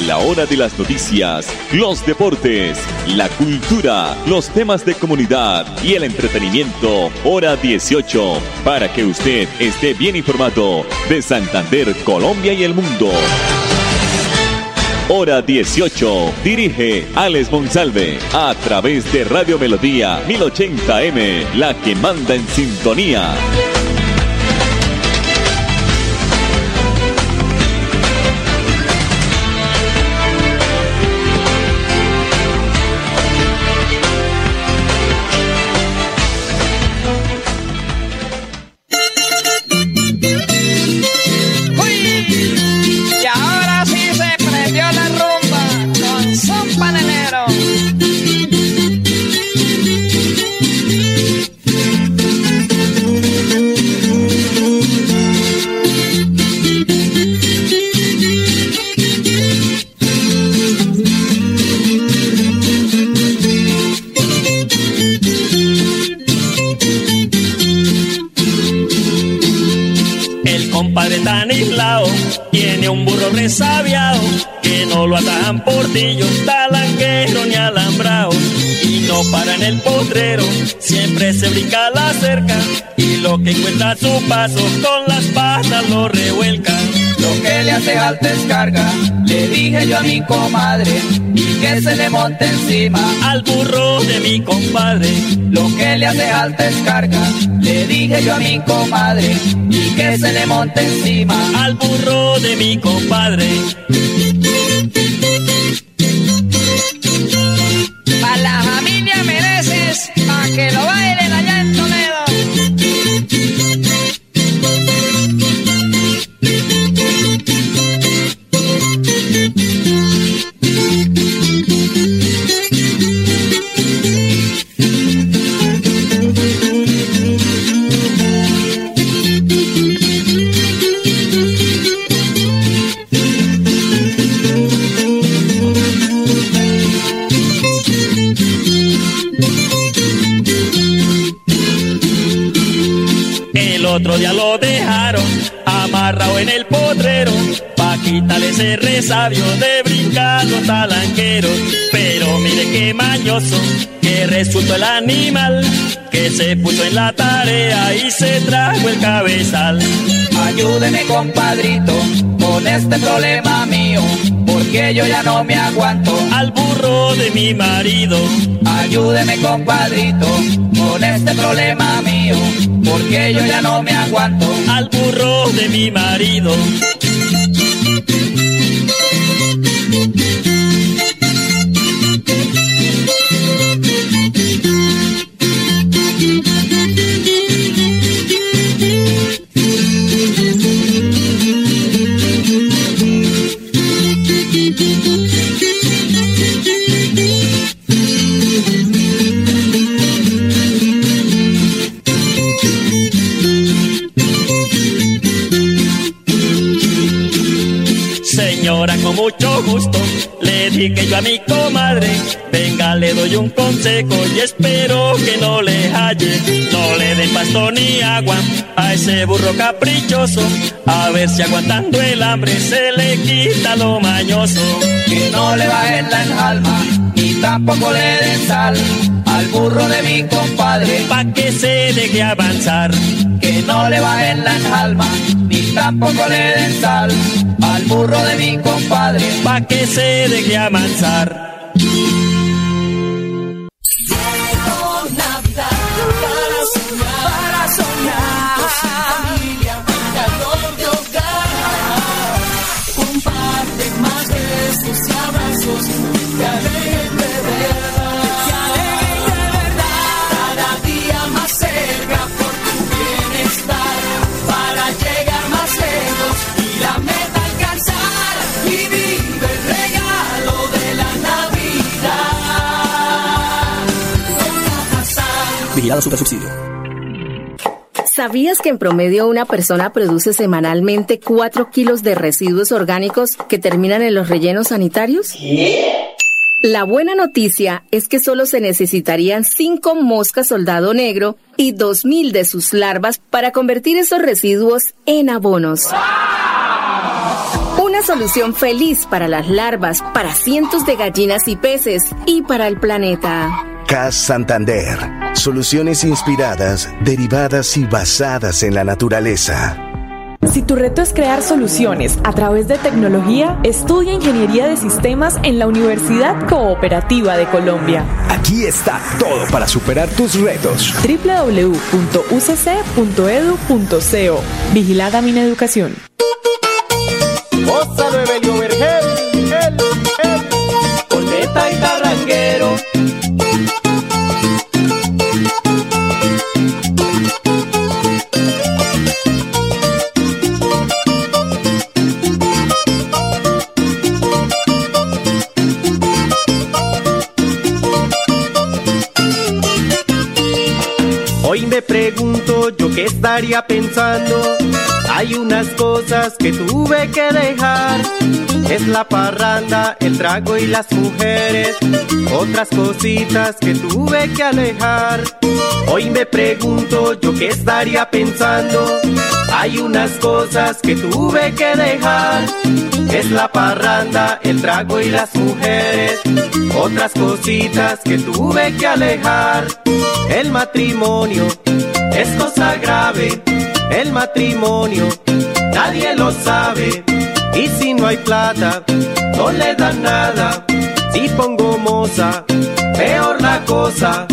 la hora de las noticias, los deportes, la cultura, los temas de comunidad y el entretenimiento. Hora 18, para que usted esté bien informado de Santander, Colombia y el mundo. Hora 18, dirige Alex Monsalve, a través de Radio Melodía 1080M, la que manda en sintonía. Tiene un burro resabiado que no lo atajan portillos, talanquero ni alambrado, y no para en el potrero, siempre se brinca la cerca, y lo que encuentra a su paso con las patas lo revuelca. Lo que le hace falta es carga, le dije yo a mi comadre, y que se le monte encima al burro de mi compadre. Lo que le hace falta es carga, le dije yo a mi comadre, y que se le monte encima al burro de mi compadre. Pa' la familia mereces, pa' que lo bailen allá en Toledo. Otro día lo dejaron amarrado en el potrero pa' quitarle ese resabio de brincar los talanqueros. Pero mire qué mañoso que resultó el animal, que se puso en la tarea y se trajo el cabezal. Ayúdeme, compadrito, con este problema mío, porque yo ya no me aguanto al burro de mi marido. Ayúdeme, compadrito, con este problema mío, porque yo ya no me aguanto al burro de mi marido. Señora, con mucho gusto le dije yo a mi comadre, venga, le doy un consejo y espero que no le halle. No le den pasto ni agua a ese burro caprichoso, a ver si aguantando el hambre se le quita lo mañoso. Que no le bajen la enjalma, ni tampoco le den sal al burro de mi compadre, pa' que se deje avanzar. Que no le bajen la enjalma, ni tampoco le den sal al burro de mi compadre, pa' que se deje amansar. Vigilado Supersubsidio. ¿Sabías que en promedio una persona produce semanalmente 4 kilos de residuos orgánicos que terminan en los rellenos sanitarios? ¿Qué? La buena noticia es que solo se necesitarían 5 moscas soldado negro y 2.000 de sus larvas para convertir esos residuos en abonos. Una solución feliz para las larvas, para cientos de gallinas y peces y para el planeta. CAS Santander. Soluciones inspiradas, derivadas y basadas en la naturaleza. Si tu reto es crear soluciones a través de tecnología, estudia Ingeniería de Sistemas en la Universidad Cooperativa de Colombia. Aquí está todo para superar tus retos. www.ucc.edu.co. Vigilada Mineducación. Bossa de Belio Vergel, Coleta y Carranguero. Hoy me pregunto yo qué estaría pensando. Hay unas cosas que tuve que dejar. Es la parranda, el trago y las mujeres. Otras cositas que tuve que alejar. Hoy me pregunto yo qué estaría pensando. Hay unas cosas que tuve que dejar. Es la parranda, el trago y las mujeres. Otras cositas que tuve que alejar. El matrimonio es cosa grave. El matrimonio nadie lo sabe. Y si no hay plata no le dan nada. Si pongo moza peor la cosa.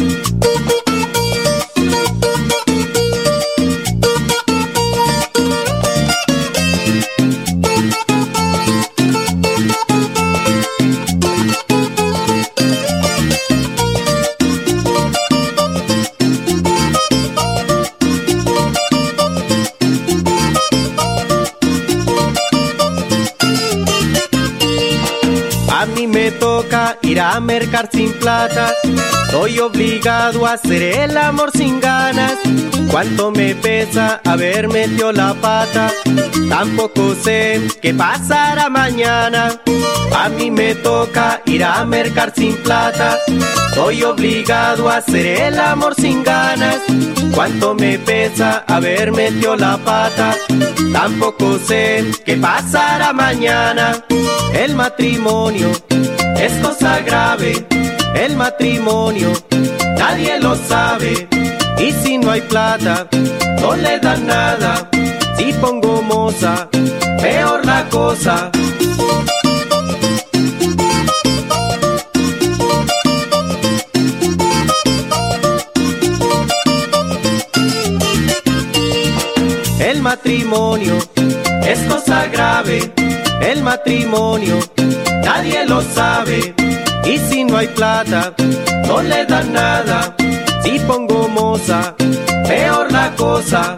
A mí me toca ir a mercar sin plata. Estoy obligado a hacer el amor sin ganas. Cuánto me pesa haber metido la pata. Tampoco sé qué pasará mañana. A mí me toca ir a mercar sin plata. Estoy obligado a hacer el amor sin ganas. Cuánto me pesa haber metido la pata. Tampoco sé qué pasará mañana. El matrimonio es cosa grave. El matrimonio nadie lo sabe. Y si no hay plata no le dan nada. Si pongo moza peor la cosa. El matrimonio es cosa grave. El matrimonio nadie lo sabe. Y si no hay plata no le dan nada. Si pongo moza peor la cosa.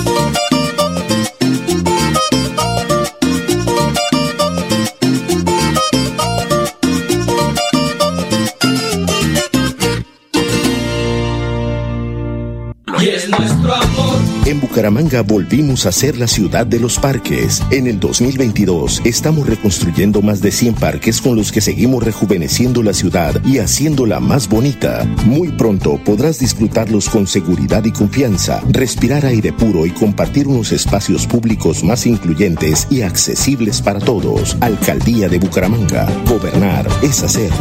Y es nuestro amor. En Bucaramanga volvimos a ser la ciudad de los parques. En el 2022 estamos reconstruyendo más de 100 parques con los que seguimos rejuveneciendo la ciudad y haciéndola más bonita. Muy pronto podrás disfrutarlos con seguridad y confianza, respirar aire puro y compartir unos espacios públicos más incluyentes y accesibles para todos. Alcaldía de Bucaramanga. Gobernar es hacer.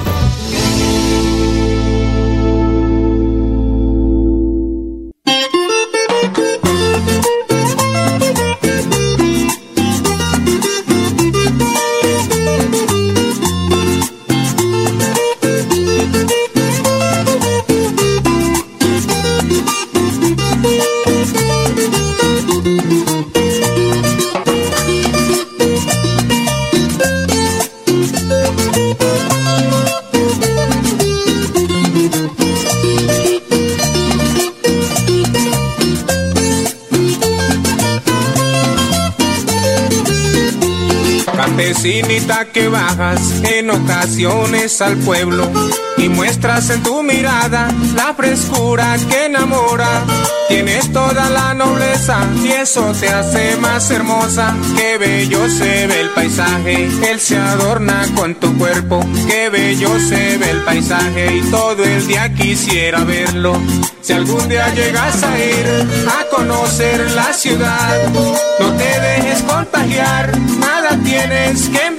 Campesínita que bajas en ocasiones al pueblo y muestras en tu mirada la frescura que enamora. Tienes toda la nobleza y eso te hace más hermosa. Qué bello se ve el paisaje, él se adorna con tu cuerpo. Qué bello se ve el paisaje y todo el día quisiera verlo. Si algún día llegas a ir a conocer la ciudad, no te dejes contagiar, nada tienes que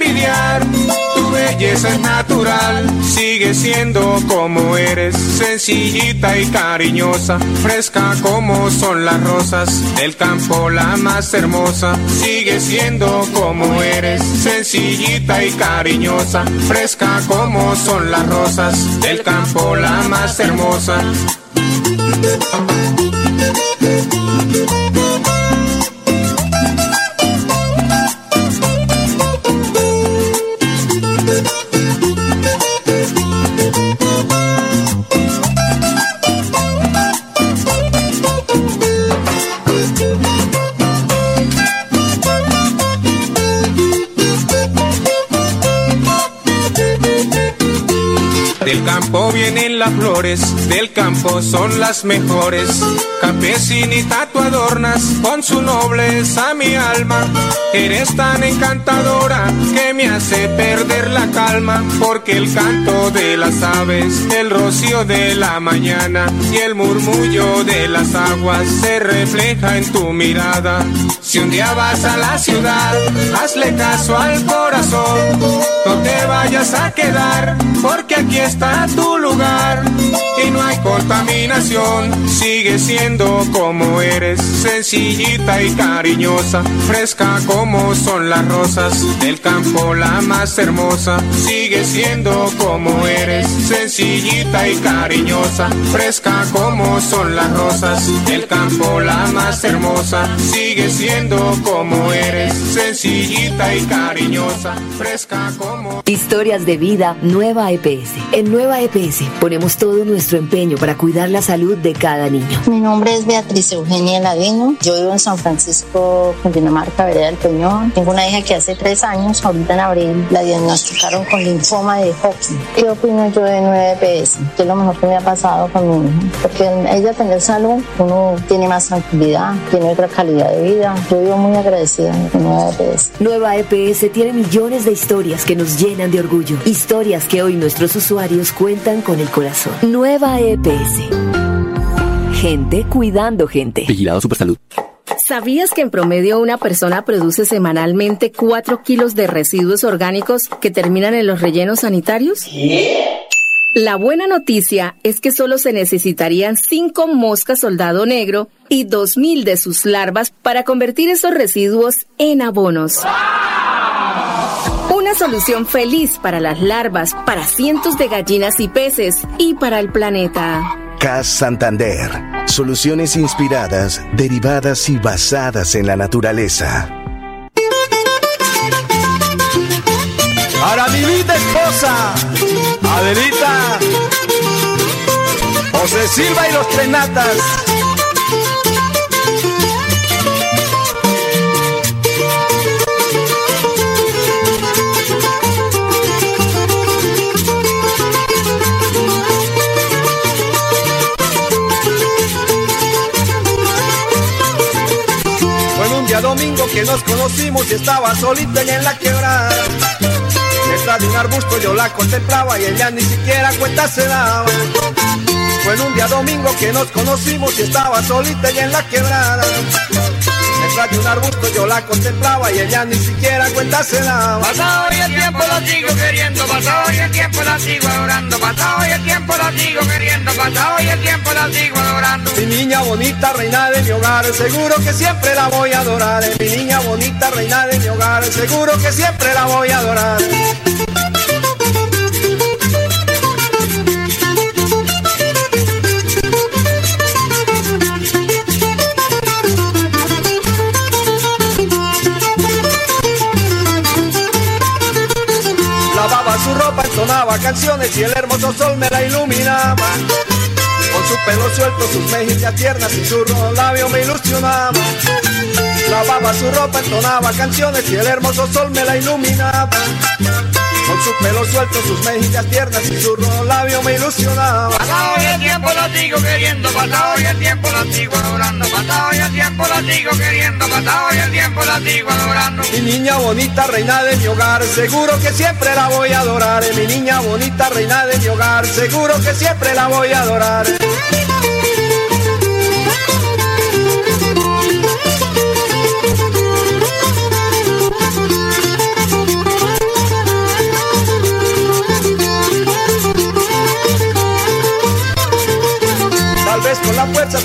belleza es natural, sigue siendo como eres, sencillita y cariñosa, fresca como son las rosas, del campo la más hermosa, sigue siendo como eres, sencillita y cariñosa, fresca como son las rosas, del campo la más hermosa. Del campo vienen las flores, del campo son las mejores. Campesinita, tú adornas con su nobleza mi alma. Eres tan encantadora que me hace perder la calma, porque el canto de las aves, el rocío de la mañana y el murmullo de las aguas se refleja en tu mirada. Si un día vas a la ciudad, hazle caso al corazón, no te vayas a quedar, porque aquí está tu lugar y no hay contaminación. Sigue siendo como eres, sencillita y cariñosa, fresca como son las rosas, del campo la más hermosa. Sigue siendo como eres, sencillita y cariñosa, fresca como son las rosas, del campo la más hermosa. Sigue siendo como eres, sencillita y cariñosa, fresca como... Historias de vida, Nueva EPS. En Nueva EPS ponemos todo nuestro empeño para cuidar la salud de cada niño. Mi nombre es Beatriz Eugenia Ladino. Yo vivo en San Francisco, Cundinamarca, Vereda del Peñón. Tengo una hija que hace 3 años, ahorita en abril, la diagnosticaron con linfoma de Hodgkin. ¿Qué opino yo de Nueva EPS? ¿Qué es lo mejor que me ha pasado con mi hija? Porque ella tener salud, uno tiene más tranquilidad, tiene otra calidad de vida. Yo vivo muy agradecida con Nueva EPS. Nueva EPS tiene millones de historias que nos llenan de orgullo. Historias que hoy nuestros usuarios cuentan con el corazón. Nueva EPS. Gente cuidando gente. Vigilado Supersalud. ¿Sabías que en promedio una persona produce semanalmente 4 kilos de residuos orgánicos que terminan en los rellenos sanitarios? ¿Qué? La buena noticia es que solo se necesitarían 5 moscas soldado negro y 2.000 de sus larvas para convertir esos residuos en abonos. Una solución feliz para las larvas, para cientos de gallinas y peces y para el planeta. CAS Santander. Soluciones inspiradas, derivadas y basadas en la naturaleza. Para mi linda esposa, Adelita, José Silva y los Tres Natas. Domingo que nos conocimos y estaba solita en la quebrada. Detrás de un arbusto yo la contemplaba y ella ni siquiera cuenta se daba. Fue en un día domingo que nos conocimos y estaba solita en la quebrada. Detrás de un arbusto yo la contemplaba y ella ni siquiera cuenta se daba. Pasado y el tiempo la sigo queriendo, pasado y el tiempo la sigo adorando, pasado y el tiempo la sigo queriendo, pasado y el tiempo la sigo adorando. Mi niña bonita, reina de mi hogar, seguro que siempre la voy a adorar. Mi niña bonita, reina de mi hogar, seguro que siempre la voy a adorar. Lavaba su ropa, entonaba canciones y el hermoso sol me la iluminaba. Con su pelo suelto, sus mejillas tiernas y su rojo labio me ilusionaba. Lavaba su ropa, entonaba canciones y el hermoso sol me la iluminaba. Con su pelo suelto, sus mejillas tiernas y su rojo labio me ilusionaba. Pasado y el tiempo la sigo queriendo, pasado y el tiempo la sigo adorando, pasado y el tiempo la sigo queriendo, pasado y el tiempo la sigo adorando. Mi niña bonita, reina de mi hogar, seguro que siempre la voy a adorar. Mi niña bonita, reina de mi hogar, seguro que siempre la voy a adorar.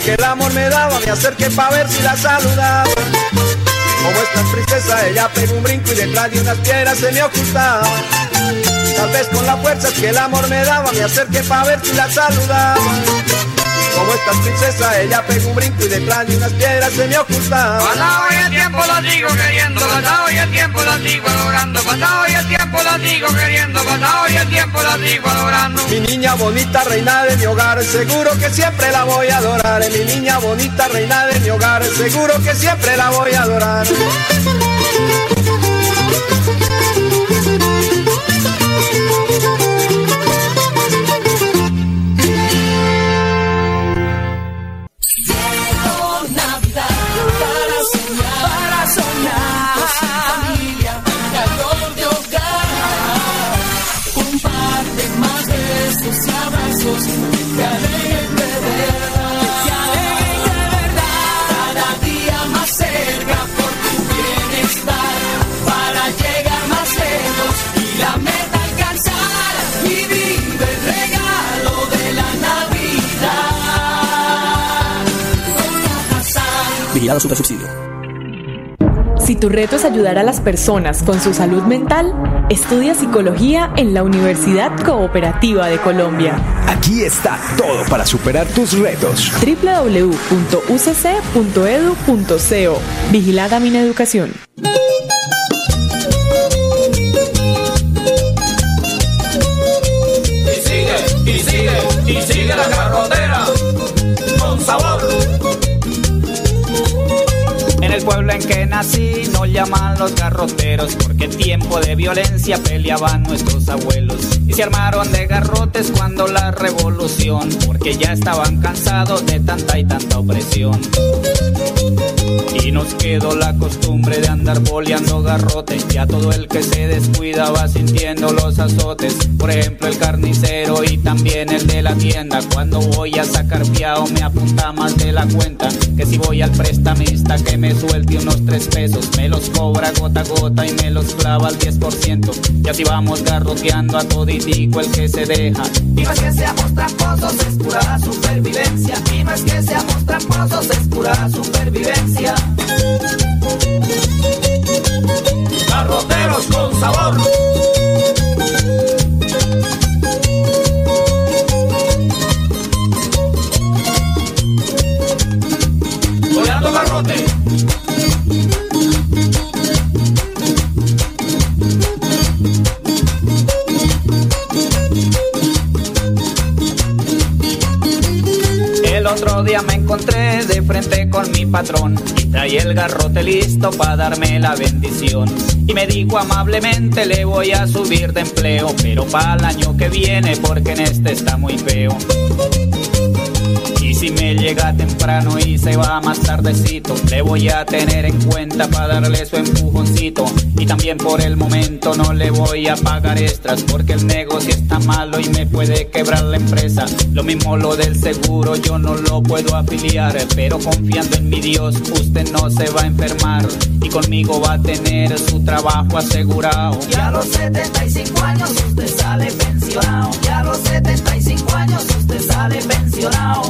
que el amor me daba, me acerqué pa' ver si la saludaba. Como esta princesa, ella pegó un brinco y detrás de unas piedras se me ocultaba. Tal vez con las fuerzas que el amor me daba, me acerqué pa' ver si la saludaba. Como esta princesa, ella pegó un brinco y detrás de unas piedras se me ocultaba. Pasado y el tiempo la sigo queriendo, pasado y el tiempo la sigo adorando, pasado y el tiempo la sigo queriendo, pasado y el tiempo la sigo adorando. Mi niña bonita, reina de mi hogar, seguro que siempre la voy a adorar. Mi niña bonita, reina de mi hogar, seguro que siempre la voy a adorar. Vigilado Supersubsidio. Si tu reto es ayudar a las personas con su salud mental, estudia psicología en la Universidad Cooperativa de Colombia. Aquí está todo para superar tus retos. www.ucc.edu.co. Vigilada Mineducación. Y sigue la carrotera con sabor. En el pueblo en que nací nos llaman los garroteros, porque en tiempo de violencia peleaban nuestros abuelos y se armaron de garrotes cuando la revolución, porque ya estaban cansados de tanta y tanta opresión. Y nos quedó la costumbre de andar boleando garrotes, ya todo el que se descuida va sintiendo los azotes. Por ejemplo el carnicero y también el de la tienda, cuando voy a sacar fiao me apunta más de la cuenta, que si voy al prestamista que me suelte unos 3 pesos, me los cobra gota a gota y me los clava al 10%. Y así vamos garroteando a toditico el que se deja. Y no es que seamos tramposos, es pura supervivencia. Y no es que seamos tramposos, es pura supervivencia. Garroteros con sabor. Boleando garrote. El otro día me encontré de frente con mi patrón y traía el garrote listo para darme la bendición. Y me dijo amablemente: le voy a subir de empleo, pero para el año que viene porque en este está muy feo. Y si me llega temprano y se va más tardecito, le voy a tener en cuenta para darle su empujoncito. Y también por el momento no le voy a pagar extras, porque el negocio está malo y me puede quebrar la empresa. Lo mismo lo del seguro, yo no lo puedo afiliar, pero confiando en mi Dios usted no se va a enfermar y conmigo va a tener su trabajo asegurado. Y a los 75 años usted sale pensionado. Y a los 75 años usted sale pensionado.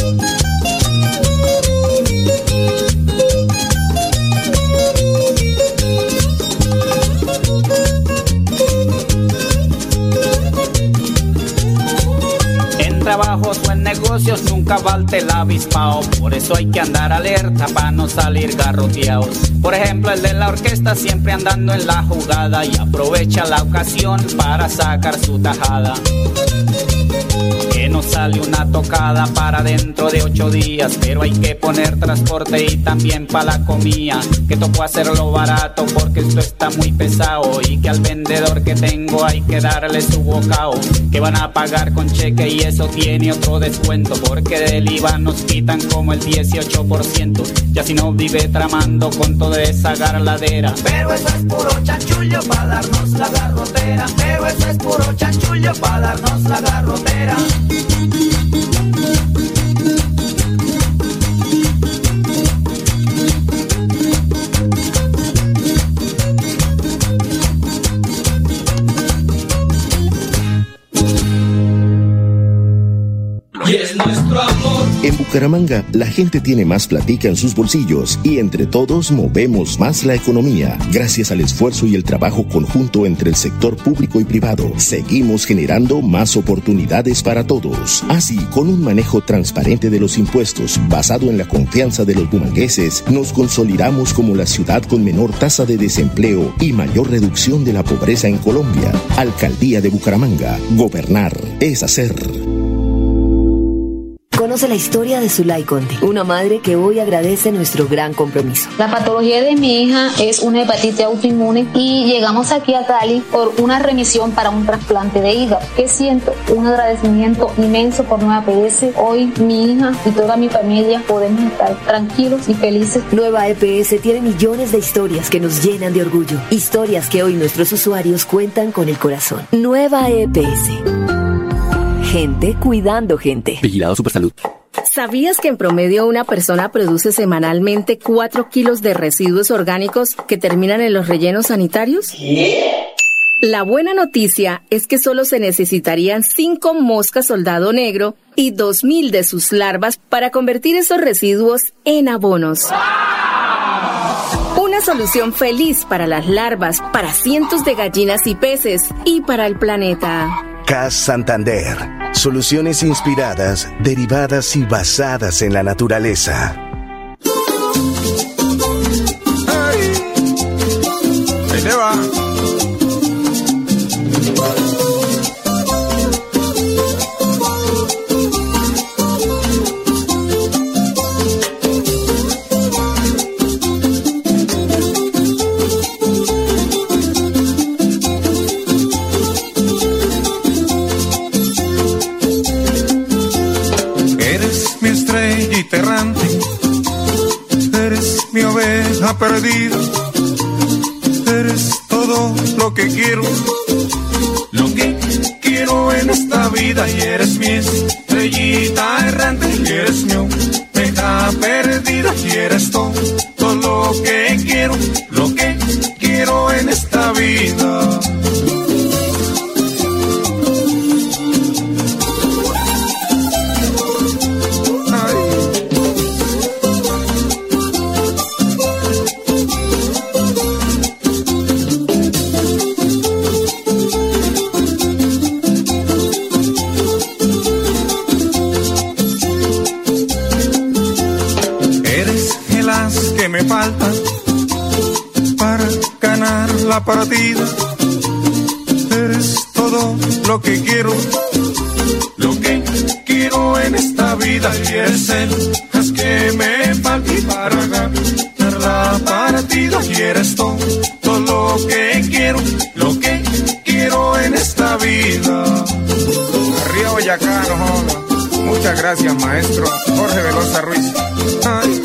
En trabajos o en negocios nunca falte el avispao, por eso hay que andar alerta para no salir garroteados. Por ejemplo el de la orquesta siempre andando en la jugada y aprovecha la ocasión para sacar su tajada. Que nos sale una tocada para dentro de 8 días, pero hay que poner transporte y también para la comida, que tocó hacerlo barato porque esto está muy pesado, y que al vendedor que tengo hay que darle su bocado, que van a pagar con cheque y eso tiene otro descuento, porque del IVA nos quitan como el 18%, ya si no vive tramando con toda esa garladera. Pero eso es puro chanchullo para darnos la garrotera. Pero eso es puro chanchullo para darnos la garrotera. y es nuestro amor. En Bucaramanga, la gente tiene más platica en sus bolsillos y entre todos movemos más la economía. Gracias al esfuerzo y el trabajo conjunto entre el sector público y privado, seguimos generando más oportunidades para todos. Así, con un manejo transparente de los impuestos basado en la confianza de los bumangueses, nos consolidamos como la ciudad con menor tasa de desempleo y mayor reducción de la pobreza en Colombia. Alcaldía de Bucaramanga. Gobernar es hacer. Conoce la historia de Zulay Conde, una madre que hoy agradece nuestro gran compromiso. La patología de mi hija es una hepatitis autoinmune y llegamos aquí a Cali por una remisión para un trasplante de hígado. Que siento un agradecimiento inmenso por Nueva EPS. Hoy mi hija y toda mi familia podemos estar tranquilos y felices. Nueva EPS tiene millones de historias que nos llenan de orgullo. Historias que hoy nuestros usuarios cuentan con el corazón. Nueva EPS. Gente cuidando gente. Vigilado Supersalud. ¿Sabías que en promedio una persona produce semanalmente 4 kilos de residuos orgánicos que terminan en los rellenos sanitarios? La buena noticia es que solo se necesitarían 5 moscas soldado negro y 2.000 de sus larvas para convertir esos residuos en abonos. Una solución feliz para las larvas, para cientos de gallinas y peces y para el planeta. CAS Santander. Soluciones inspiradas, derivadas y basadas en la naturaleza. Ahí te va. Errante, eres mi oveja perdida, eres todo lo que quiero en esta vida, y eres mi estrellita errante, y eres mi oveja perdida, y eres todo lo que quiero en esta vida. Me falta para ganar la partida. Eres todo lo que quiero en esta vida, y eres el as que me falta para ganar la partida, y eres todo lo que quiero en esta vida. Arriba Boyacá, no joda. Muchas gracias, maestro Jorge Velosa Ruiz. Ay.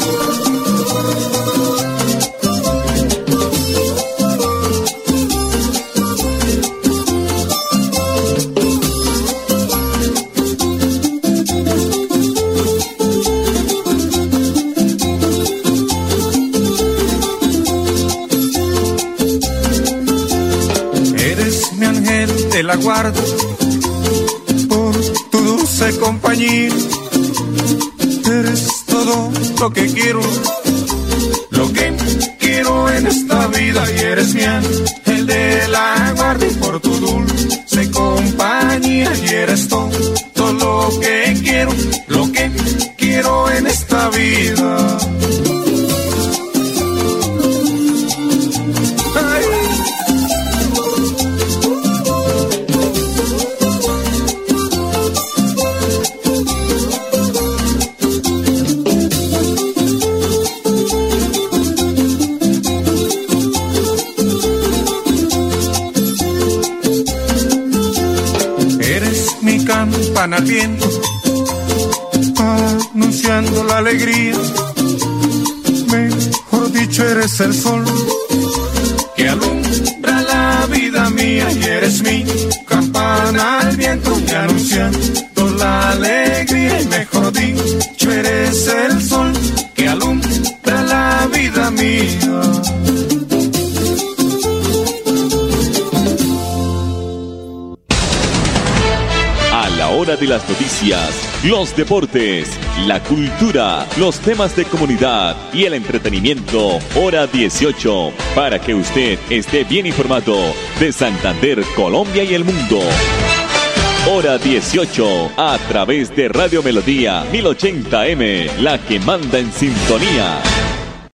De la guarda por tu dulce compañía, eres todo lo que quiero en esta vida, y eres mi ángel de la guarda y por tu dulce compañía, y eres todo lo que quiero en esta vida. Campana al viento, anunciando la alegría. Mejor dicho, eres el sol que alumbra la vida mía, y eres mi campana al viento, y anunciando la alegría. Y mejor dicho, eres el sol que alumbra la vida mía. hora de las noticias, los deportes, la cultura, los temas de comunidad y el entretenimiento, hora 18, para que usted esté bien informado de Santander, Colombia y el mundo. Hora 18, a través de Radio Melodía 1080M, la que manda en sintonía.